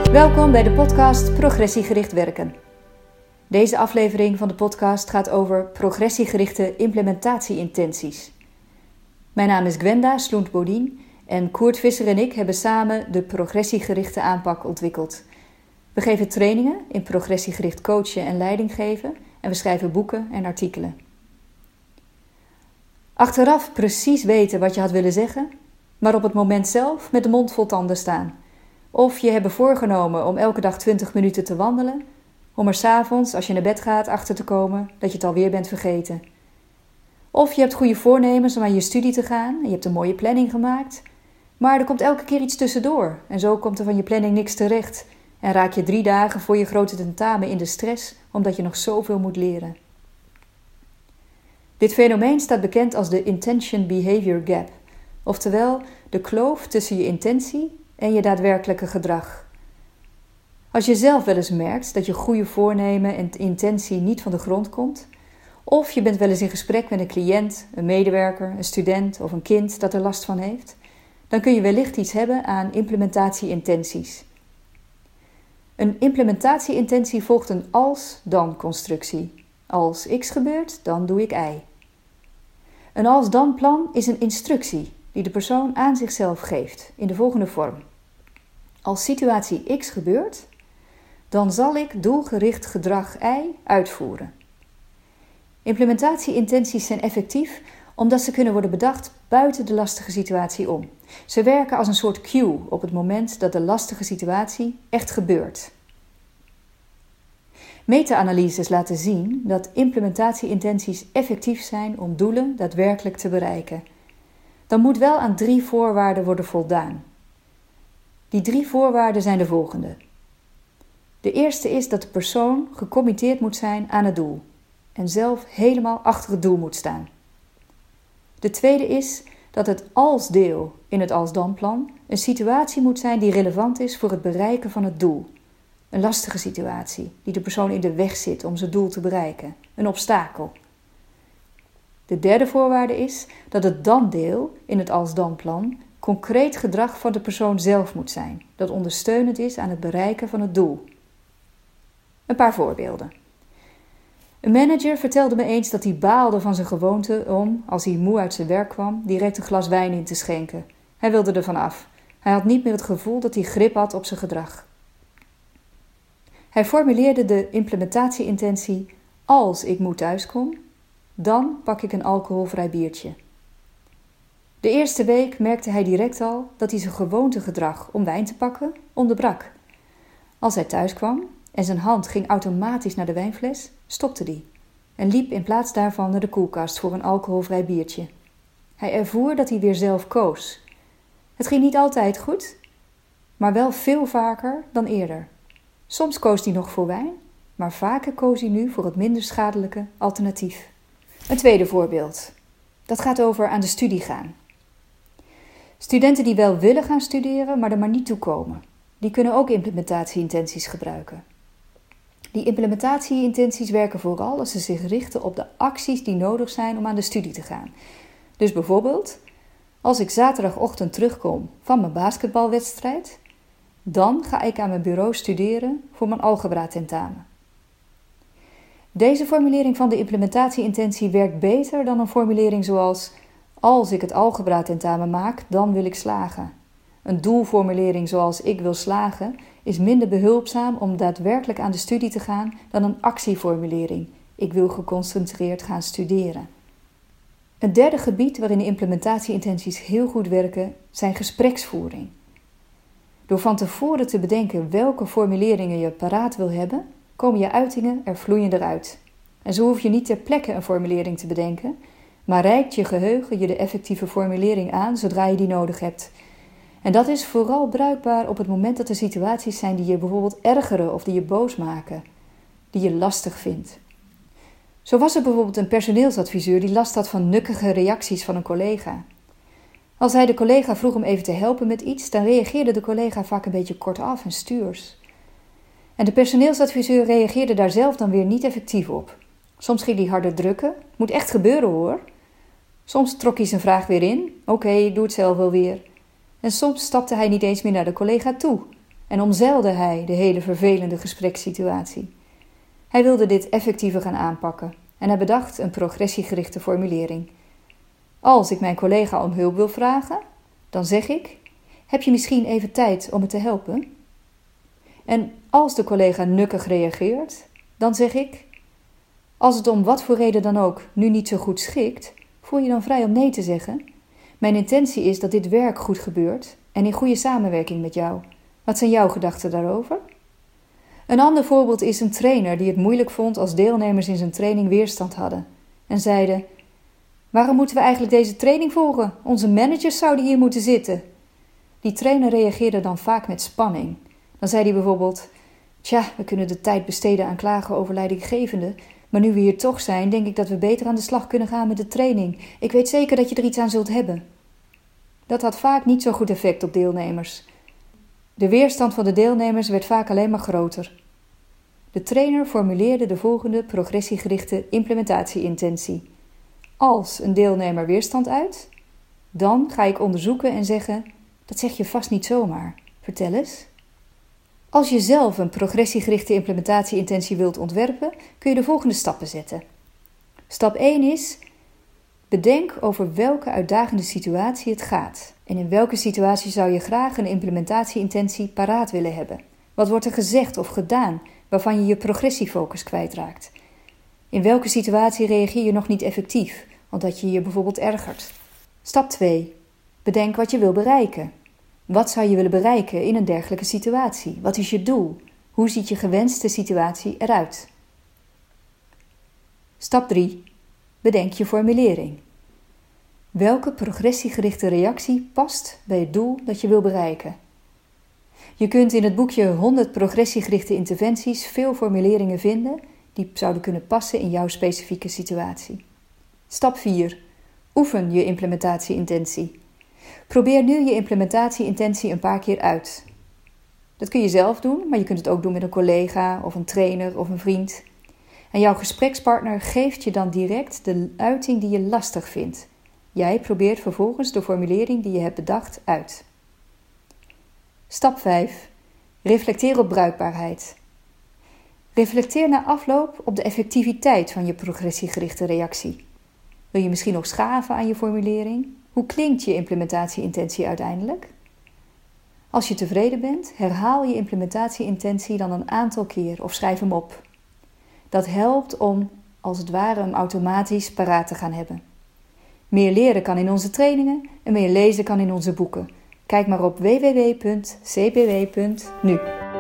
Welkom bij de podcast Progressiegericht werken. Deze aflevering van de podcast gaat over progressiegerichte implementatieintenties. Mijn naam is Gwenda Sloent-Bodien en Koert Visser en ik hebben samen de progressiegerichte aanpak ontwikkeld. We geven trainingen in progressiegericht coachen en leiding geven en we schrijven boeken en artikelen. Achteraf precies weten wat je had willen zeggen, maar op het moment zelf met de mond vol tanden staan. Of je hebt voorgenomen om elke dag 20 minuten te wandelen, om er 's avonds als je naar bed gaat achter te komen dat je het alweer bent vergeten. Of je hebt goede voornemens om aan je studie te gaan en je hebt een mooie planning gemaakt, maar er komt elke keer iets tussendoor en zo komt er van je planning niks terecht en raak je 3 dagen voor je grote tentamen in de stress omdat je nog zoveel moet leren. Dit fenomeen staat bekend als de intention-behavior gap, oftewel de kloof tussen je intentie en je daadwerkelijke gedrag. Als je zelf wel eens merkt dat je goede voornemen en intentie niet van de grond komt, of je bent wel eens in gesprek met een cliënt, een medewerker, een student of een kind dat er last van heeft, dan kun je wellicht iets hebben aan implementatieintenties. Een implementatieintentie volgt een als-dan constructie. Als X gebeurt, dan doe ik Y. Een als-dan plan is een instructie die de persoon aan zichzelf geeft in de volgende vorm. Als situatie X gebeurt, dan zal ik doelgericht gedrag Y uitvoeren. Implementatieintenties zijn effectief omdat ze kunnen worden bedacht buiten de lastige situatie om. Ze werken als een soort cue op het moment dat de lastige situatie echt gebeurt. Meta-analyses laten zien dat implementatieintenties effectief zijn om doelen daadwerkelijk te bereiken. Dan moet wel aan 3 voorwaarden worden voldaan. Die 3 voorwaarden zijn de volgende. De eerste is dat de persoon gecommitteerd moet zijn aan het doel en zelf helemaal achter het doel moet staan. De tweede is dat het als-deel in het als-dan-plan een situatie moet zijn die relevant is voor het bereiken van het doel. Een lastige situatie die de persoon in de weg zit om zijn doel te bereiken, een obstakel. De derde voorwaarde is dat het dan-deel in het als-dan-plan concreet gedrag van de persoon zelf moet zijn, dat ondersteunend is aan het bereiken van het doel. Een paar voorbeelden. Een manager vertelde me eens dat hij baalde van zijn gewoonte om, als hij moe uit zijn werk kwam, direct een glas wijn in te schenken. Hij wilde ervan af. Hij had niet meer het gevoel dat hij grip had op zijn gedrag. Hij formuleerde de implementatieintentie: als ik moe thuiskom, dan pak ik een alcoholvrij biertje. De eerste week merkte hij direct al dat hij zijn gewoontegedrag om wijn te pakken onderbrak. Als hij thuis kwam en zijn hand ging automatisch naar de wijnfles, stopte hij en liep in plaats daarvan naar de koelkast voor een alcoholvrij biertje. Hij ervoer dat hij weer zelf koos. Het ging niet altijd goed, maar wel veel vaker dan eerder. Soms koos hij nog voor wijn, maar vaker koos hij nu voor het minder schadelijke alternatief. Een tweede voorbeeld. Dat gaat over aan de studie gaan. Studenten die wel willen gaan studeren, maar er maar niet toe komen, die kunnen ook implementatieintenties gebruiken. Die implementatieintenties werken vooral als ze zich richten op de acties die nodig zijn om aan de studie te gaan. Dus bijvoorbeeld, als ik zaterdagochtend terugkom van mijn basketbalwedstrijd, dan ga ik aan mijn bureau studeren voor mijn algebra-tentamen. Deze formulering van de implementatieintentie werkt beter dan een formulering zoals: als ik het algebra-tentamen maak, dan wil ik slagen. Een doelformulering zoals ik wil slagen is minder behulpzaam om daadwerkelijk aan de studie te gaan dan een actieformulering: ik wil geconcentreerd gaan studeren. Een derde gebied waarin de implementatieintenties heel goed werken zijn gespreksvoering. Door van tevoren te bedenken welke formuleringen je paraat wil hebben, komen je uitingen er vloeiender uit. En zo hoef je niet ter plekke een formulering te bedenken, maar reikt je geheugen je de effectieve formulering aan zodra je die nodig hebt. En dat is vooral bruikbaar op het moment dat er situaties zijn die je bijvoorbeeld ergeren of die je boos maken, die je lastig vindt. Zo was er bijvoorbeeld een personeelsadviseur die last had van nukkige reacties van een collega. Als hij de collega vroeg om even te helpen met iets, dan reageerde de collega vaak een beetje kortaf en stuurs. En de personeelsadviseur reageerde daar zelf dan weer niet effectief op. Soms ging hij harder drukken. Moet echt gebeuren hoor. Soms trok hij zijn vraag weer in. Oké, ik doe het zelf wel weer. En soms stapte hij niet eens meer naar de collega toe. en omzeilde hij de hele vervelende gesprekssituatie. Hij wilde dit effectiever gaan aanpakken en hij bedacht een progressiegerichte formulering. Als ik mijn collega om hulp wil vragen, dan zeg ik: heb je misschien even tijd om me te helpen? En als de collega nukkig reageert, dan zeg ik: als het om wat voor reden dan ook nu niet zo goed schikt, voel je dan vrij om nee te zeggen. Mijn intentie is dat dit werk goed gebeurt en in goede samenwerking met jou. Wat zijn jouw gedachten daarover? Een ander voorbeeld is een trainer die het moeilijk vond als deelnemers in zijn training weerstand hadden en zeiden: waarom moeten we eigenlijk deze training volgen? Onze managers zouden hier moeten zitten. Die trainer reageerde dan vaak met spanning. Dan zei hij bijvoorbeeld: tja, we kunnen de tijd besteden aan klagen over leidinggevenden, maar nu we hier toch zijn, denk ik dat we beter aan de slag kunnen gaan met de training. Ik weet zeker dat je er iets aan zult hebben. Dat had vaak niet zo goed effect op deelnemers. De weerstand van de deelnemers werd vaak alleen maar groter. De trainer formuleerde de volgende progressiegerichte implementatieintentie. Als een deelnemer weerstand uit, dan ga ik onderzoeken en zeggen: dat zeg je vast niet zomaar. Vertel eens. Als je zelf een progressiegerichte implementatieintentie wilt ontwerpen, kun je de volgende stappen zetten. Stap 1 is: bedenk over welke uitdagende situatie het gaat. En in welke situatie zou je graag een implementatieintentie paraat willen hebben? Wat wordt er gezegd of gedaan waarvan je je progressiefocus kwijtraakt? In welke situatie reageer je nog niet effectief, omdat je je bijvoorbeeld ergert? Stap 2. Bedenk wat je wil bereiken. Wat zou je willen bereiken in een dergelijke situatie? Wat is je doel? Hoe ziet je gewenste situatie eruit? Stap 3. Bedenk je formulering. Welke progressiegerichte reactie past bij het doel dat je wil bereiken? Je kunt in het boekje 100 progressiegerichte interventies veel formuleringen vinden die zouden kunnen passen in jouw specifieke situatie. Stap 4. Oefen je implementatieintentie. Probeer nu je implementatieintentie een paar keer uit. Dat kun je zelf doen, maar je kunt het ook doen met een collega of een trainer of een vriend. En jouw gesprekspartner geeft je dan direct de uiting die je lastig vindt. Jij probeert vervolgens de formulering die je hebt bedacht uit. Stap 5. Reflecteer op bruikbaarheid. Reflecteer na afloop op de effectiviteit van je progressiegerichte reactie. Wil je misschien nog schaven aan je formulering? Hoe klinkt je implementatieintentie uiteindelijk? Als je tevreden bent, herhaal je implementatieintentie dan een aantal keer of schrijf hem op. Dat helpt om, als het ware, hem automatisch paraat te gaan hebben. Meer leren kan in onze trainingen en meer lezen kan in onze boeken. Kijk maar op www.cpw.nu.